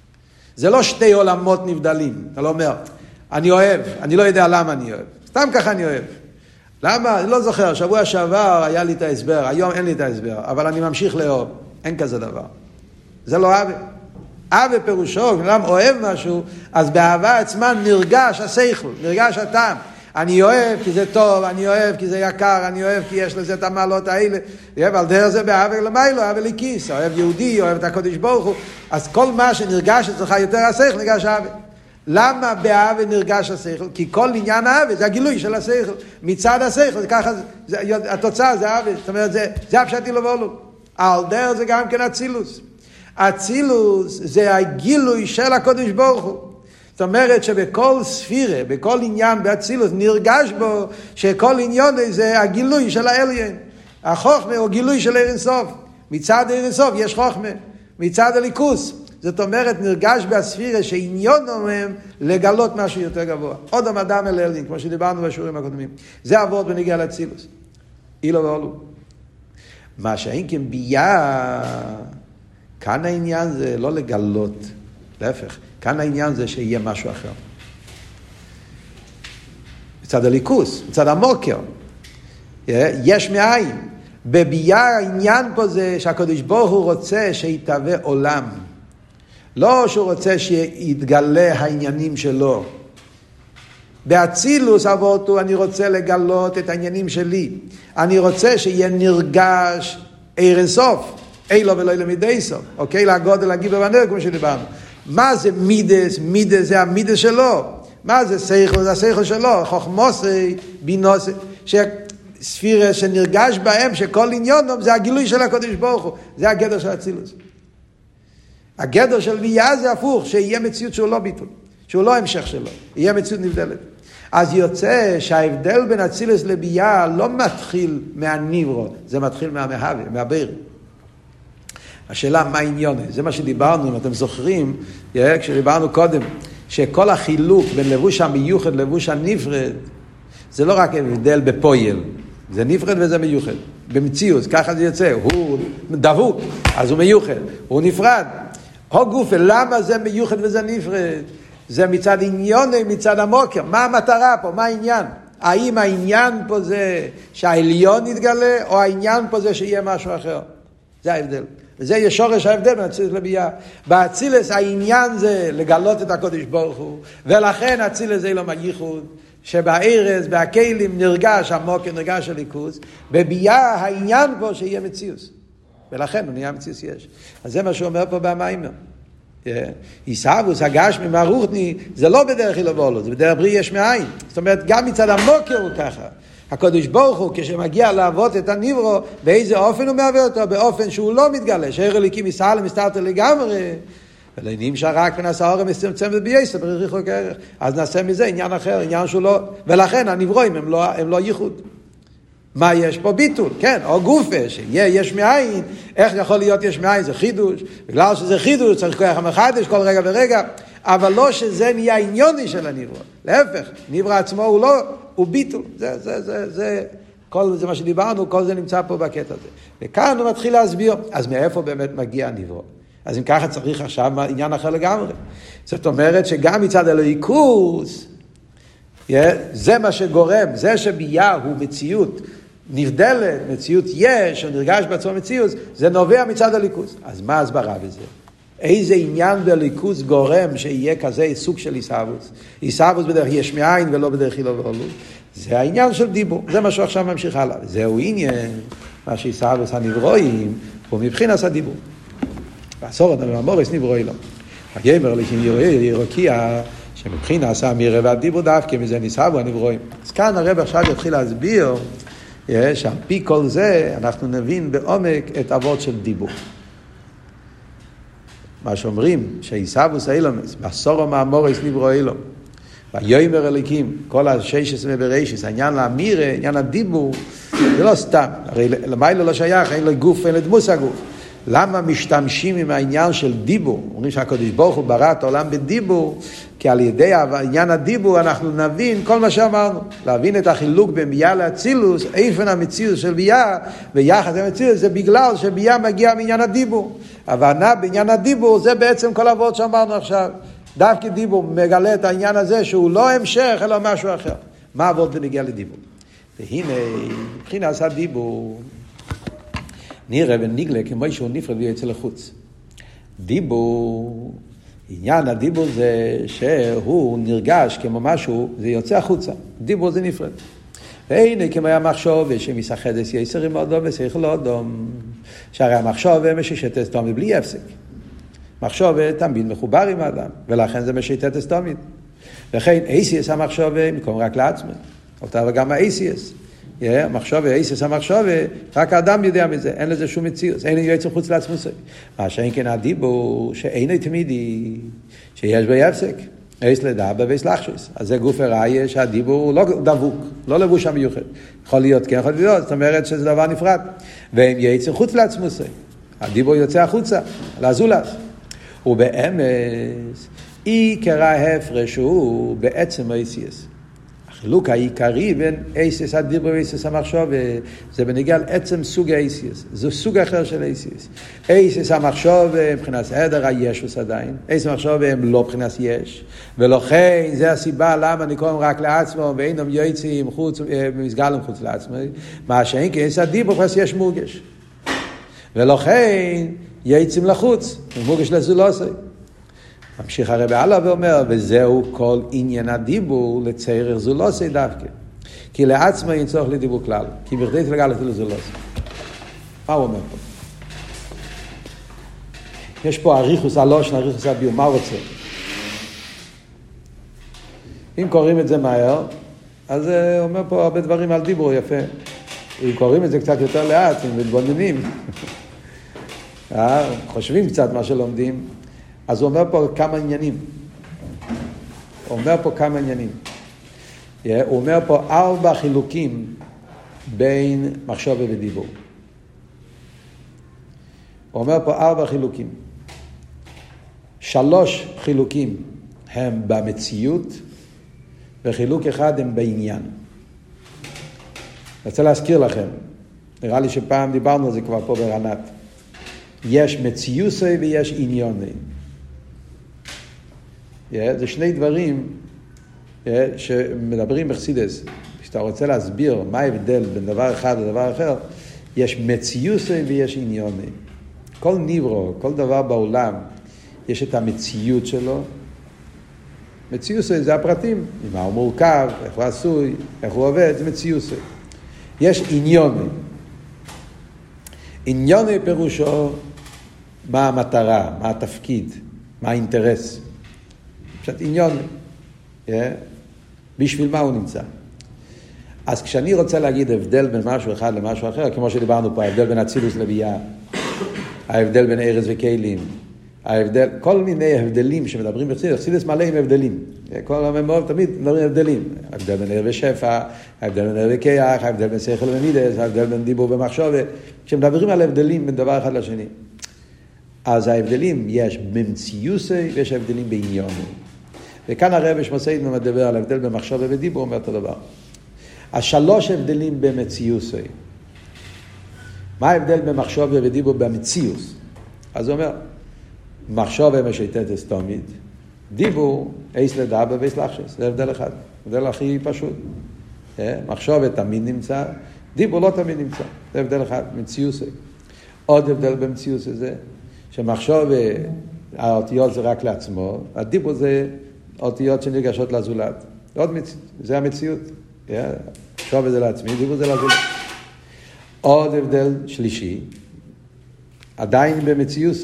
זה לא שתי עולמות נבדלים. אתה לא אומר, אני אוהב, אני לא יודע למה אני אוהב. סתם ככה אני אוהב. למה? אני לא זוכר, שבוע שעבר היה לי את ההסבר, היום אין לי את ההסבר, אבל אני ממשיך לאהוב. אין כזה דבר. זה לא אהבה. אהבה פירושו, כשאדם אוהב משהו, אז באהבה עצמה נרגש השכל, נרגש הטעם. אני אוהב כי זה טוב, אני אוהב כי זה יקר, אני אוהב כי יש לזה את המעלות האלה. אבל דרך זה באהבה למיילו, אהבה לכיס, אוהב יהודי, אוהב את הקודש ברוך הוא. אז כל מה שנרגש אצלך יותר השכל, נרגש אהבה. למה באהבה נרגש השכל? כי כל עניין האהבה זה הגילוי של השכל. מצד השכל, זה ככה, זה, התוצאה זה אהבה. זאת אומרת, זה, זה הפשט אילו ואולו. על דרך זה גם כן אצילוס. אצילוס זה הגילוי של הקודש ברוך הוא. זאת אומרת שבכל ספירה, בכל עניין באצילוס, נרגש בו שכל עניין זה הגילוי של האליין. החוכמה הוא גילוי של עיר אינסוף. מצד עיר אינסוף יש חוכמה. מצד הליכוס זאת אומרת, נרגש בספירה שעניונו מהם לגלות משהו יותר גבוה. עוד המדם אל אלדין, כמו שדיברנו בשיעורים הקודמים. זה עבוד בנגיע לאצילוס. אילו ואולו. מה שאין כן ביה, כאן העניין זה לא לגלות, להפך, כאן העניין זה שיהיה משהו אחר. מצד הליכוס, מצד המוקר, יש מאין. בבייה העניין פה זה שהקדוש ברוך הוא רוצה שיתהווה עולם. לא שהוא רוצה שיתגלה העניינים שלו. באצילוס אבותו אני רוצה לגלות את העניינים שלי. אני רוצה שיהיה נרגש עיר אינסוף. אילו ולא אילו מידי סוף. אוקיי? לגודל הגיבר והנר כמו שדיברנו. מה זה מידס? מידס זה המידס שלו. מה זה שכל? זה השכל שלו. חוכמוסי, בינוסי. ספירה שנרגש בהם שכל עניונם זה הגילוי של הקדוש ברוך הוא. זה הגדר של אצילוס. הגדר של ביה זה הפוך. שיהיה מציאות שהוא לא ביטול. שהוא לא המשך שלו. יהיה מציאות נבדלת. אז יוצא שההבדל בין אצילוס לבייה לא מתחיל מהניברו. זה מתחיל מהמהווה, מהביר. השאלה מה עניון? זה מה שדיברנו, אם אתם זוכרים, כשדיברנו קודם, שכל החילוק בין לבוש המיוחד לבוש הנפרד, זה לא רק הבדל בפועל, זה נפרד וזה מיוחד. במציאות, ככה זה יוצא, הוא דבוק, אז הוא מיוחד, הוא נפרד. הו גופה, למה זה מיוחד וזה נפרד? זה מצד עניון, מצד המוקר. מה המטרה פה? מה העניין? האם העניין פה זה שהעליון יתגלה, או העניין פה זה שיהיה משהו אחר? זה ההבדל. וזה יהיה שורש ההבדל בין אצילוס לבייה. באצילוס העניין זה לגלות את הקדוש ברוך הוא, ולכן אצילוס זה לא מייחוד, שבארץ, בהכלים נרגש המוקר, נרגש הליכוז. בבייה העניין פה שיהיה מציאוס. ולכן הוא נהיה מציאוס יש. אז זה מה שהוא אומר פה במיימר. איסאבוס, הגשמי, מהרוחני, זה לא בדרך אילו ואולו, זה בדרך בריא יש מאין. זאת אומרת, גם מצד המוקר הוא ככה. הקדוש ברוך הוא, כשמגיע לעבוד את הניברו, באיזה אופן הוא מהווה אותו? באופן שהוא לא מתגלה, שער הליקים יסעלם מסתרתו לגמרי, ולא נמשך רק ונעשה אורם מסצמצם ובייסה, בריחו כערך. אז נעשה מזה עניין אחר, עניין שהוא לא, ולכן הנברואים הם לא, הם לא ייחוד. מה יש פה? ביטול, כן, או גופה, שיהיה יש מאין. איך יכול להיות יש מאין? זה חידוש. בגלל שזה חידוש צריך כוח המחדש כל רגע ורגע, אבל לא שזה נהיה עניוני של הנברא. להפך, נברא עצמו הוא לא, הוא ביטול. זה, זה, זה, זה, כל זה מה שדיברנו, כל זה נמצא פה בקטע הזה. וכאן הוא מתחיל להסביר, אז מאיפה באמת מגיע הנברא? אז אם ככה צריך עכשיו עניין אחר לגמרי. זאת אומרת שגם מצד אלוהיקוס, זה מה שגורם, זה שבייה הוא מציאות נבדלת, מציאות יש, או נרגש בעצמו מציאות, זה נובע מצד הליכוס. אז מה הסברה בזה? איזה עניין בליכוס גורם שיהיה כזה סוג של איסאבוס? איסאבוס בדרך יש מאין ולא בדרך אילו ואולו. זה העניין של דיבור, זה מה שהוא עכשיו ממשיך הלאה. זהו עניין, מה שאיסאבוס הנברואים, הוא מבחינת הדיבור. ועשור אדם המורס נברואי לו. הגמר לכם ירוקיע, שמבחינת האמירה והדיבור דווקא מזה ניסהבו הנברואים. אז כאן הרב עכשיו יתחיל להסביר שעל פי כל זה אנחנו נבין בעומק את אבות של דיבור. מה שאומרים שאיסאבוס אילומס, בסורו מהמורס נברוא אילום, ויאמר אליקים, כל השש עשרה בראשיס, העניין לאמירה, עניין הדיבור, זה לא סתם, הרי למיילו לא שייך, אין לו גוף, אין לו דמוס הגוף. למה משתמשים עם העניין של דיבור? אומרים שהקדוש ברוך הוא ברא את העולם בדיבור, כי על ידי עניין הדיבור אנחנו נבין כל מה שאמרנו. להבין את החילוק בין ביה לאצילוס, איפן המציאות של ביה, ויחד המציאות זה בגלל שביה מגיע מעניין הדיבור. הבנה בעניין הדיבור זה בעצם כל העבוד שאמרנו עכשיו. דווקא דיבור מגלה את העניין הזה שהוא לא המשך אלא משהו אחר. מה העבוד בנגיע לדיבור? והנה, מבחינת הדיבור, נראה ונגלה כמו שהוא נפרד ויוצא לחוץ. דיבור, עניין הדיבור זה שהוא נרגש כמו משהו, זה יוצא החוצה. דיבור זה נפרד. והנה כמו היה מחשוב שמסחדס יסר עם אודום ושכל אודום, שהרי המחשוב מששת אסתומית בלי הפסק. מחשוב תמיד מחובר עם האדם, ולכן זה מששת אסתומית. וכן אייסיאס המחשוב מקום רק לעצמו. אותה וגם האייסיאס. המחשוב, האיסס המחשוב, רק האדם יודע מזה, אין לזה שום מציאות, אין יועץ חוץ לעצמו. מה שאין כן הדיבור, שאין תמידי, שיש בי הפסק, איס לדאבא ואיס לחשוס. אז זה גוף הראיה שהדיבור הוא לא דבוק, לא לבוש המיוחד. יכול להיות כן, יכול להיות, זאת אומרת שזה דבר נפרד. והם יועץ חוץ לעצמו, הדיבור יוצא החוצה, לזולס. ובאמס, עיקר ההפרש הוא בעצם האיסיאס. החילוק העיקרי בין איסיאס הדיבור ואיסיאס המחשוב, זה בנגיע לעצם סוג האיסיאס. זה סוג אחר של האיסיאס. איסיאס המחשוב מבחינת העדר הישוס עדיין. איסיאס המחשוב הם לא מבחינת יש. ולכן זה הסיבה למה נקראים רק לעצמו, ואינם יוצאים חוץ, מסגלים חוץ לעצמו. מה שאין כי איסיאס הדיבור מבחינת יש מורגש. ולכן יוצאים לחוץ, מורגש לזולוסי. ממשיך הרב הלאה ואומר, וזהו כל עניין הדיבור לצייר זולוסי דווקא. כי לעצמו אין צורך לדיבור כלל. כי בכדי תלגל את לזולוסי. מה הוא אומר פה? יש פה אריכוס הלושן, אריכוס הביור. מה הוא רוצה? אם קוראים את זה מהר, אז הוא אומר פה הרבה דברים על דיבור יפה. אם קוראים את זה קצת יותר לאט, אם מתבוננים, חושבים קצת מה שלומדים, אז הוא אומר פה כמה עניינים. הוא אומר פה כמה עניינים. הוא אומר פה ארבע חילוקים בין מחשבה ודיבור. הוא אומר פה ארבע חילוקים. שלוש חילוקים הם במציאות, וחילוק אחד הם בעניין. אני רוצה להזכיר לכם, נראה לי שפעם דיברנו על זה כבר פה ברנת. יש מציוסי ויש עניוני. Yeah, זה שני דברים yeah, שמדברים בחסידות. כשאתה רוצה להסביר מה ההבדל בין דבר אחד לדבר אחר, יש מציוסי ויש עניוני. כל ניברו, כל דבר בעולם, יש את המציאות שלו. מציוסי זה הפרטים, מה הוא מורכב, איך הוא עשוי, איך הוא עובד, זה מציוסי. יש עניוני. עניוני פירושו מה המטרה, מה התפקיד, מה האינטרס. פשוט עניון, yeah, בשביל מה הוא נמצא. אז כשאני רוצה להגיד הבדל בין משהו אחד למשהו אחר, כמו שדיברנו פה, ההבדל בין אצילוס לביאה, ההבדל בין ארץ וכלים, ההבדל, כל מיני הבדלים שמדברים בחסידות, חסידות מלא עם הבדלים. כל המאמרות תמיד מדברים הבדלים. ההבדל בין ער ושפע, ההבדל בין ער וכיח, ההבדל בין שכל ומידס, ההבדל בין דיבור ומחשבה. כשמדברים על הבדלים בין דבר אחד לשני. אז ההבדלים יש במציוסי ויש הבדלים בעניוני. וכאן הרב שמסעיד מדבר על ההבדל במחשבה ודיבור, אומר אותו דבר. השלוש הבדלים במציוסי. מה ההבדל במחשבה ודיבור במציוס? אז הוא אומר, מחשבה משייטת אסתומית, דיבור, איס לדאבה ואיס לחשס. זה הבדל אחד. הבדל הכי פשוט. מחשבה תמיד נמצא, דיבור לא תמיד נמצא. זה הבדל אחד, מציוסי. עוד הבדל במציוסי זה, שמחשבה, האותיות זה רק לעצמו, הדיבור זה אותיות שנרגשות לזולת. עוד מציאות, זה המציאות. מחשבה זה לעצמי, דיבור זה לזולת. עוד הבדל שלישי, עדיין במציוסי,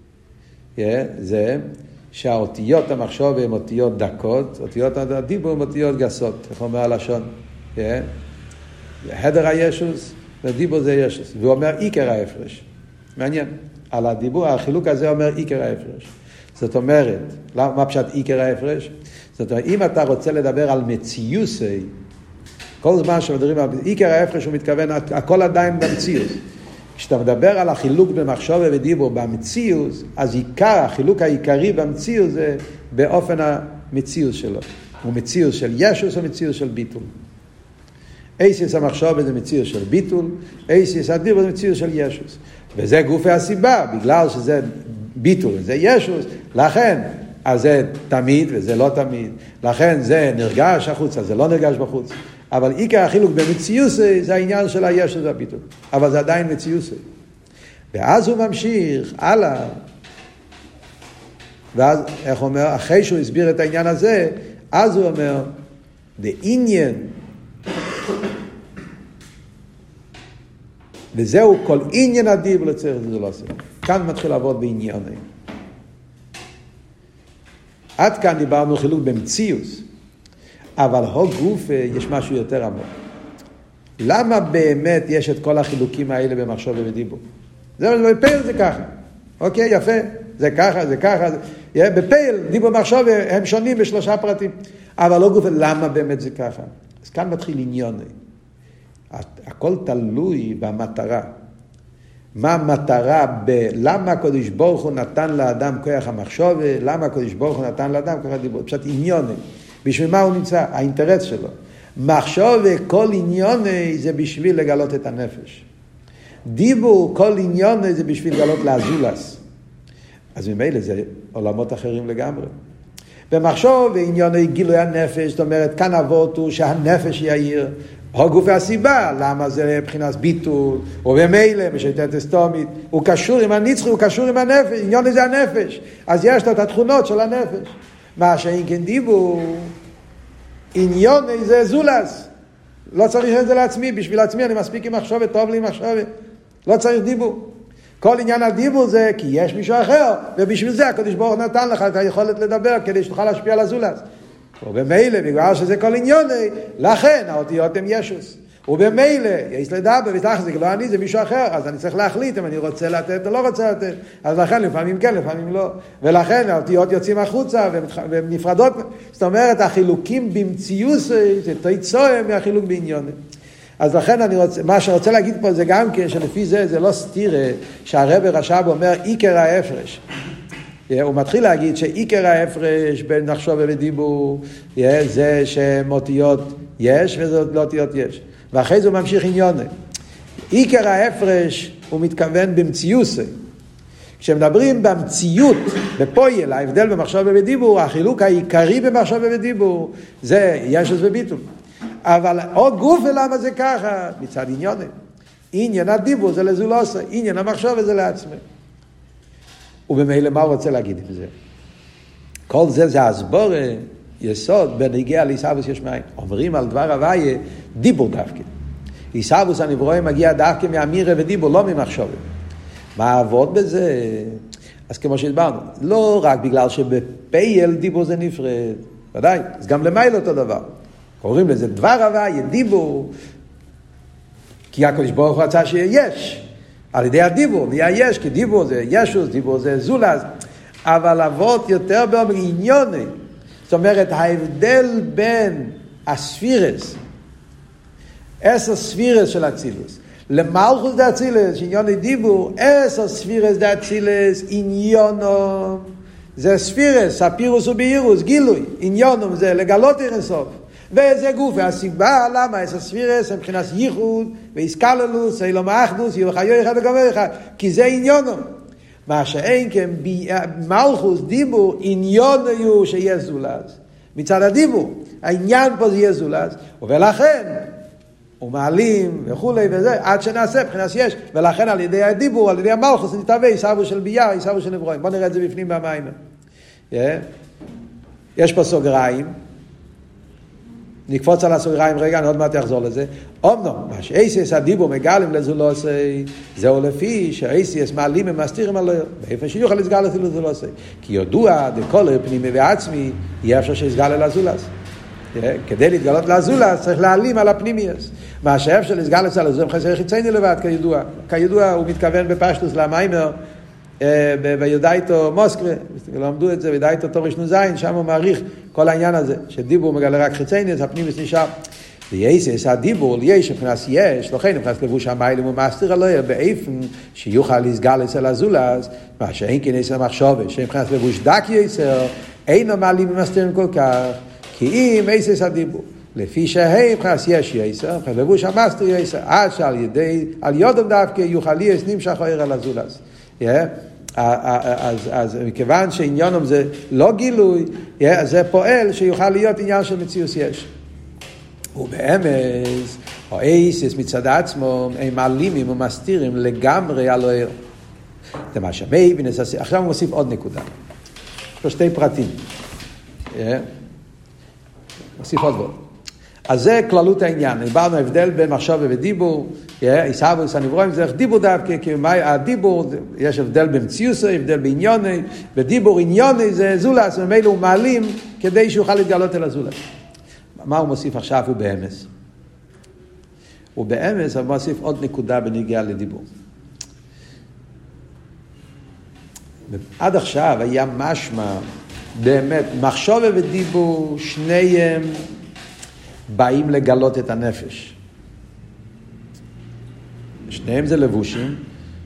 זה שהאותיות המחשבה הן אותיות דקות, אותיות הדיבור הן אותיות גסות, איך אומר הלשון. הדר הישוס, ודיבור זה ישוס. והוא אומר עיקר ההפרש. מעניין. על הדיבור, החילוק הזה אומר עיקר ההפרש. זאת אומרת, מה פשט עיקר ההפרש? זאת אומרת, אם אתה רוצה לדבר על מציוסי, כל זמן שמדברים על עיקר ההפרש, הוא מתכוון, הכל עדיין במציאות. כשאתה מדבר על החילוק במחשבה ודיבור במציאות, אז עיקר, החילוק העיקרי במציאות זה באופן המציאות שלו. הוא מציאות של ישוס או מציאות של ביטול. איסיס המחשבה זה מציאות של ביטול, איסיס הדיבור זה מציאות של ישוס. וזה גופי הסיבה, בגלל שזה ביטול, זה ישוס, לכן, אז זה תמיד וזה לא תמיד. לכן זה נרגש החוצה, זה לא נרגש בחוץ. אבל עיקר החילוק במציוסי זה העניין של הישוס והביטול. אבל זה עדיין מציוסי. ואז הוא ממשיך הלאה. ואז, איך אומר, אחרי שהוא הסביר את העניין הזה, אז הוא אומר, בעניין, וזהו כל עניין הדיבור לצריך את זה לא עושה. כאן מתחיל לעבוד בענייני. עד כאן דיברנו חילוק במציאוס, אבל הו גוף יש משהו יותר עמוק. למה באמת יש את כל החילוקים האלה במחשבה ודיבור? זה בפייל זה ככה. אוקיי, יפה. זה ככה, זה ככה. זה... בפייל, דיבור ומחשבה הם שונים בשלושה פרטים. אבל לא גוף, למה באמת זה ככה? אז כאן מתחיל ענייני. הכל תלוי במטרה. מה המטרה ב... למה הקדוש ברוך הוא נתן לאדם כוח המחשוב, למה הקדוש ברוך הוא נתן לאדם כוח הדיבור, פשוט עניוני, בשביל מה הוא נמצא, האינטרס שלו. מחשוב וכל עניוני זה בשביל לגלות את הנפש. דיבור, כל עניוני זה בשביל לגלות לאזולס. אז ממילא זה עולמות אחרים לגמרי. במחשוב ועניוני גילוי הנפש, זאת אומרת, כאן אבות הוא שהנפש יאיר, הגוף והסיבה, למה זה מבחינת ביטול, ובמילא, בשייטת אסטומית, הוא קשור עם הנצחי, הוא קשור עם הנפש, עניוני זה הנפש, אז יש לו את התכונות של הנפש. מה שאין כן דיבור, עניוני זה זולס, לא צריך את זה לעצמי, בשביל עצמי אני מספיק עם מחשבת, טוב לי עם מחשבת, לא צריך דיבור. כל עניין הדיבור זה כי יש מישהו אחר, ובשביל זה הקדוש ברוך הוא נתן לך את היכולת לדבר, כדי שתוכל להשפיע על הזולס. ובמילא, בגלל שזה כל עניוני, לכן האותיות הם ישוס. ובמילא, יש לדבר, ותח זה לא אני, זה מישהו אחר, אז אני צריך להחליט אם אני רוצה לתת או לא רוצה לתת. אז לכן לפעמים כן, לפעמים לא. ולכן האותיות יוצאים החוצה, והן נפרדות. זאת אומרת, החילוקים במציאות, זה תיצואה מהחילוק בעניוני. אז לכן אני רוצה, מה שרוצה להגיד פה זה גם כן, שלפי זה, זה לא סתירה, שהרב רש"ב אומר, עיקר ההפרש. הוא מתחיל להגיד שעיקר ההפרש בין מחשוב ודיבור, זה שמותיות יש וזה לא אותיות יש. ואחרי זה הוא ממשיך עניוני. עיקר ההפרש הוא מתכוון במציאות. כשמדברים במציאות, בפועל, ההבדל במחשוב ובדיבור, החילוק העיקרי במחשוב ובדיבור, זה ישוס וביטול. אבל עוד גוף ולמה זה ככה? מצד עניוני. עניין הדיבור זה לזולוסה, עניין המחשוב זה לעצמי. ובמילא מה הוא רוצה להגיד עם זה? כל זה זה הסבור יסוד בנגיע לעיסאוויס יש מים. אומרים על דבר הוויה דיבור דווקא. עיסאוויס הנברואי מגיע דווקא מאמירה ודיבור, לא ממחשוב. מה עבוד בזה? אז כמו שהדברנו, לא רק בגלל שבפייל דיבור זה נפרד, ודאי, אז גם למעלה אותו דבר. קוראים לזה דבר הוויה, דיבור, כי הקדוש ברוך הוא רצה שיש. על ידי הדיבור, נהיה יש, כי דיבור זה ישוס, דיבור זה זולז, אבל אבות יותר בעניוני. זאת אומרת, ההבדל בין הספירס, עשר ספירס של אצילוס, למלכוס דה אצילוס, עניוני דיבור, עשר ספירס דה אצילוס, עניונו, זה ספירס, ספירוס ובאירוס, גילוי, עניונו זה לגלות אירסוף. וזה גוף, והסיבה למה עשר ספירס הם מבחינת ייחוד ואיסקללוס, אילום האחדוס, יוחאי אחד לגבי אחד, כי זה עניונו. מה שאין כן מלכוס דיבור, עניונו יהיו שיש זולז. מצד הדיבור, העניין פה זה יהיה זולז, ולכן הוא מעלים וכו' וזה, עד שנעשה מבחינת יש, ולכן על ידי הדיבור, על ידי המלכוס, נתהווה עיסאוו של בייה, עיסאוו של נברואים. בוא נראה את זה בפנים במים. יש פה סוגריים, נקפוץ על הסוגריים רגע, אני עוד מעט יחזור לזה. אומנם, מה שאיסיס הדיבור מגלים לזולוסי, זהו לפי שאיסיס מעלים ומסתירים עליו, באיפה שיוכל לסגל לזולוסי. כי ידוע, דכל פנימי ועצמי, יהיה אפשר שיסגל לזולס. כדי להתגלות לזולס, צריך להעלים על הפנימיוס. מה שאפשר לסגל לזולס, חסר חיצייני לבד, כידוע. כידוע, הוא מתכוון בפשטוס למיימר, ויודע איתו מוסקרה, למדו את זה, ויודע איתו תורש נוזיין, שם הוא מעריך כל העניין הזה, שדיבור מגלה רק חיצייני, אז הפנימיוס נשאר. ויש הדיבור, יש מבחינת יש, לכן מבחינת לבוש המיילים הוא מסתיר עליו, באיפן שיוכל לסגל אצל הזולז, מה שאין כן יש למחשוב, שמבחינת לבוש דק יסר, אין המעלים ומסתירים כל כך, כי אם יש הדיבור. לפי שהם מבחינת יש יסר, מבחינת לבוש המסתיר יסר, עד שעל ידי, על יודם דווקא יוכל להיות נמשך אוהר על הזולז. אז, אז מכיוון שעניונם זה לא גילוי, זה פועל שיוכל להיות עניין של מציאוס יש. ובאמס, האיסיס מצד עצמו, הם מעלימים ומסתירים לגמרי על האור. זה מה שמי, עכשיו הוא מוסיף עוד נקודה. יש פה שתי פרטים. מוסיף עוד בו. אז זה כללות העניין. דיברנו הבדל בין מחשב ודיבור, עיסאוויס הנברואים, זה דיבור דווקא, כי הדיבור, יש הבדל במציאות, הבדל בעניוני, בדיבור עניוני זה זולס, ומילא הוא מעלים כדי שיוכל להתגלות אל הזולס. מה הוא מוסיף עכשיו? הוא באמס. הוא באמס, אבל מוסיף עוד נקודה בנגיעה לדיבור. עד עכשיו היה משמע, באמת, מחשב ודיבור, שניהם באים לגלות את הנפש. שניהם זה לבושים,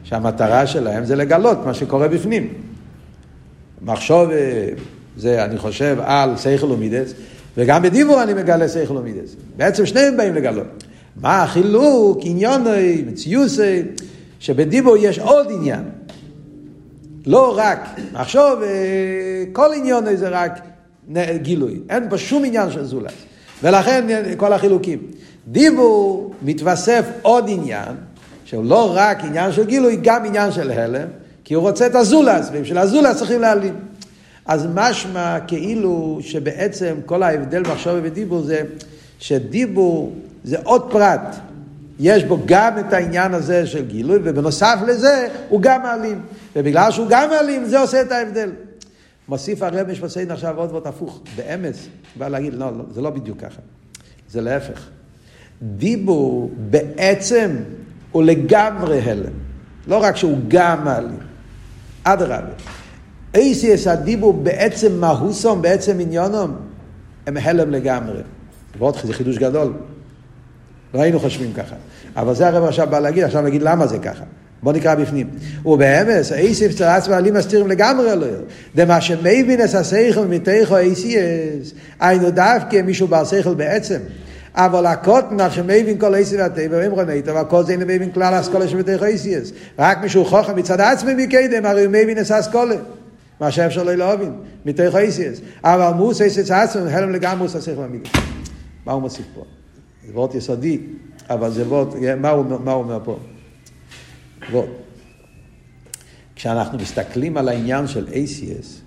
שהמטרה שלהם זה לגלות מה שקורה בפנים. מחשוב, זה אני חושב על שכל ומידס, וגם בדיבור אני מגלה שכל ומידס. בעצם שניהם באים לגלות. מה החילוק, עניוני, מציוסי, שבדיבור יש עוד עניין. לא רק, מחשוב, כל עניוני זה רק גילוי. אין פה שום עניין של זולת. ולכן כל החילוקים. דיבור מתווסף עוד עניין, שהוא לא רק עניין של גילוי, גם עניין של הלם, כי הוא רוצה את הזולס, ובשביל הזולס צריכים להעלים. אז משמע כאילו שבעצם כל ההבדל מחשוב ודיבור זה שדיבור זה עוד פרט. יש בו גם את העניין הזה של גילוי, ובנוסף לזה הוא גם מעלים. ובגלל שהוא גם מעלים, זה עושה את ההבדל. מוסיף הרב משפסיין עכשיו עוד ועוד הפוך. באמס, בא להגיד, לא, לא, זה לא בדיוק ככה. זה להפך. דיבור בעצם הוא לגמרי הלם. לא רק שהוא גם מעלים. עד הרבה. אייסיס הדיבור בעצם מהוסום, בעצם עניונום, הם הלם לגמרי. ועוד זה חידוש גדול. לא היינו חושבים ככה. אבל זה הרב עכשיו בא להגיד, עכשיו נגיד למה זה ככה. בוא נקרא בפנים. ובאמס, אייסיס צרץ ועלים מסתירים לגמרי לא. דמה שמבין את השכל מתיכו אייסיס, היינו דווקא מישהו בר שכל בעצם. אבל הקוטנך שמבין כל אייסיס והטבע, והם רונית, אבל כל זה אינו מבין כלל האסכולה שמתיכו אייסיס. רק מישהו חוכם מצד עצמי מקדם, הרי הוא מבין את האסכולה. מה שאפשר לא להבין, מתיכו אייסיס. אבל מוס אייסיס עצמם, הלם לגמרי מוס השכל והמידס. מה הוא מוסיף פה? זה וורט יסודי, אבל זה וורט, מה הוא, מה הוא אומר פה? וורט. כשאנחנו מסתכלים על העניין של אייסיס,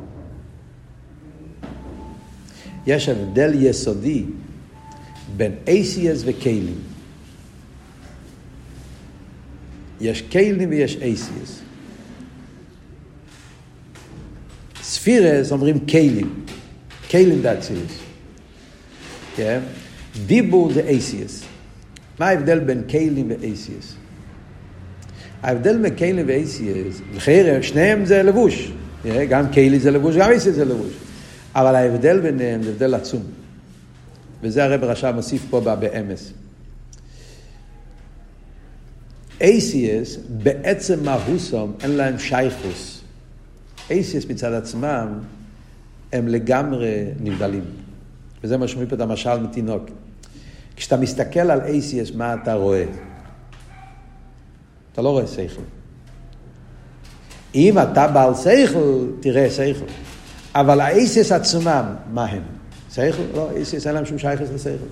יש הבדל יסודי בין אייסיס וכלים. יש כלים ויש אייסיס. ספירס אומרים כלים. כלים דאצילוס. כן? דיבור זה אייסיס. מה ההבדל בין כלים ואייסיס? ההבדל בין כלים ואייסיס, לחיר, שניהם זה לבוש. גם כלי זה לבוש, גם אייסיס זה לבוש. אבל ההבדל ביניהם זה הבדל עצום. וזה הרב רש"ב מוסיף פה באמס. אייסיס בעצם מהוסם אין להם שייכוס. אייסיס מצד עצמם הם לגמרי נבדלים. וזה משמעי פה את המשל מתינוק. כשאתה מסתכל על אייסיס, מה אתה רואה? אתה לא רואה שכל. אם אתה בעל שכל, תראה שכל. אבל האייסיס עצמם, מה הם? שכל? לא, אייסיס אין להם שום שייכות לשכל.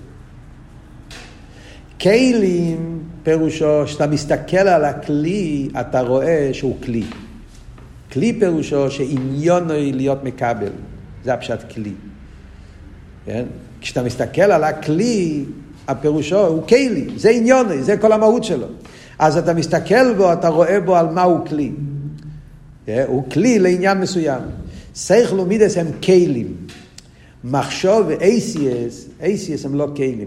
כלים, פירושו, שאתה מסתכל על הכלי, אתה רואה שהוא כלי. כלי פירושו שעניונו להיות מקבל. זה הפשט כלי. כן? כשאתה מסתכל על הכלי, הפירושו הוא כלי. זה עניונו, זה כל המהות שלו. אז אתה מסתכל בו, אתה רואה בו על מה הוא כלי. כן? הוא כלי לעניין מסוים. שכל ומידס הם כלים. מחשוב ואייסיס, אייסיס הם לא כלים.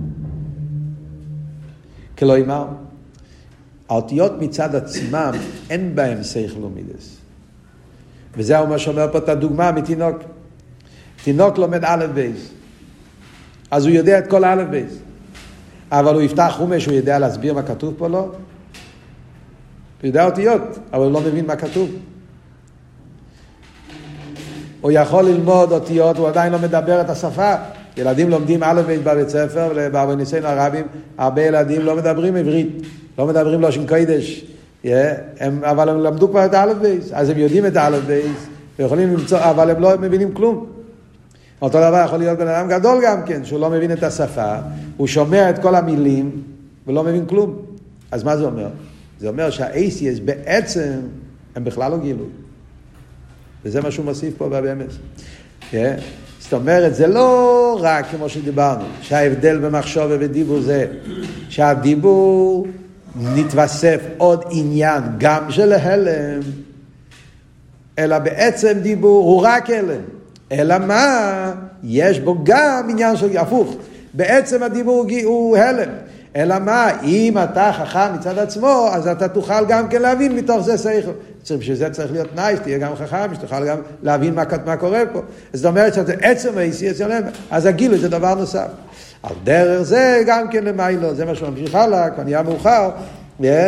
כלומר, האותיות מצד עצמם, אין בהם שכל ומידס. וזהו מה שאומר פה את הדוגמה מתינוק. תינוק לומד א' בייס. אז הוא יודע את כל א' בייס. אבל הוא יפתח חומש, הוא יודע להסביר מה כתוב פה, לא? הוא יודע אותיות, אבל הוא לא מבין מה כתוב. הוא יכול ללמוד אותיות, הוא עדיין לא מדבר את השפה. ילדים לומדים א' ב' בבית ספר, ובניסיון הרבים, הרבה ילדים לא מדברים עברית, לא מדברים לושן קודש, הם, אבל הם למדו כבר את א' ב', אז הם יודעים את א' ב', ויכולים למצוא, אבל הם לא מבינים כלום. אותו דבר יכול להיות בן אדם גדול גם כן, שהוא לא מבין את השפה, הוא שומע את כל המילים, ולא מבין כלום. אז מה זה אומר? זה אומר שהאייסיס בעצם, הם בכלל לא גילו. וזה מה שהוא מוסיף פה באמס. כן? זאת אומרת, זה לא רק כמו שדיברנו, שההבדל במחשוב ובדיבור זה, שהדיבור נתווסף עוד עניין, גם של הלם, אלא בעצם דיבור הוא רק הלם. אלא מה? יש בו גם עניין של הפוך. בעצם הדיבור הוא הלם. אלא מה? אם אתה חכם מצד עצמו, אז אתה תוכל גם כן להבין מתוך זה שכל. בשביל זה צריך להיות נייס, תהיה גם חכם, שתוכל גם להבין מה, מה קורה פה. זאת אומרת שזה עצם האיסי, אז הגילוי זה דבר נוסף. על דרך זה גם כן למיילו, זה מה שממשיך הלאה, כבר נהיה מאוחר,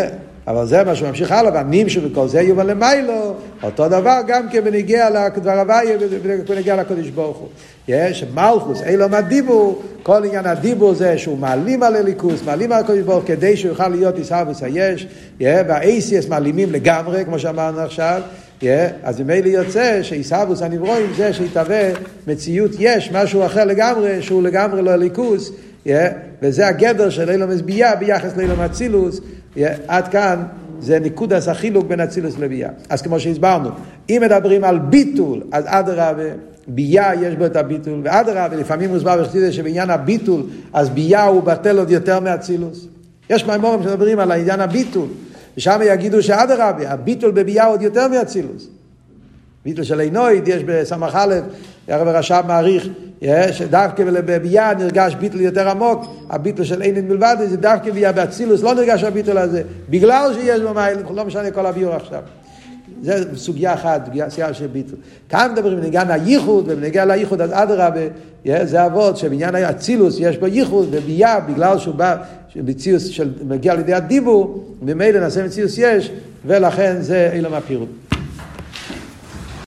אבל זה מה שממשיך הלאה, והנים שבכל זה יובל למיילו, אותו דבר גם כן בנגיע לדבר הוויה, בנגיע לקודש ברוך הוא. יש מלכוס, אילום הדיבור, כל עניין הדיבור זה שהוא מעלים על הליכוס, מעלים על הקודש ברוך הוא, כדי שהוא יוכל להיות איסהבוס היש, והאייסיאס מעלימים לגמרי, כמו שאמרנו עכשיו, אז ממילא יוצא שאיסהבוס הנברואים זה שיתהווה מציאות יש, משהו אחר לגמרי, שהוא לגמרי לא הליכוס, וזה הגדר של אילום הסבייה ביחס לאילום אצילוס. עד כאן זה נקודת החילוק בין אצילוס לבייה. אז כמו שהסברנו, אם מדברים על ביטול, אז אדרבה, בייה יש בו את הביטול, ואדרבה, לפעמים מוסבר בחסידות שבעניין הביטול, אז בייה הוא בטל עוד יותר מאצילוס. יש מאמרים שמדברים על העניין הביטול, ושם יגידו שאדרבה, הביטול בבייה עוד יותר מאצילוס. ביטול של עינויד, יש בסמך א', הרב רש"ב מעריך, שדווקא בבייה נרגש ביטול יותר עמוק, הביטול של עינויד מלבד, זה דווקא בייה באצילוס, לא נרגש הביטול הזה, בגלל שיש בו מים, לא משנה כל הביור עכשיו. זה סוגיה אחת, סוגיה של ביטול. כאן מדברים בנגיעה הייחוד, ובנגיעה לייחוד אז אדרבה, זה אבות שבעניין האצילוס יש בו ייחוד, ובייה, בגלל שהוא בא, מציאוס של מגיע לידי הדיבור, ממילא נעשה מציאוס יש, ולכן זה אילום הפירוט.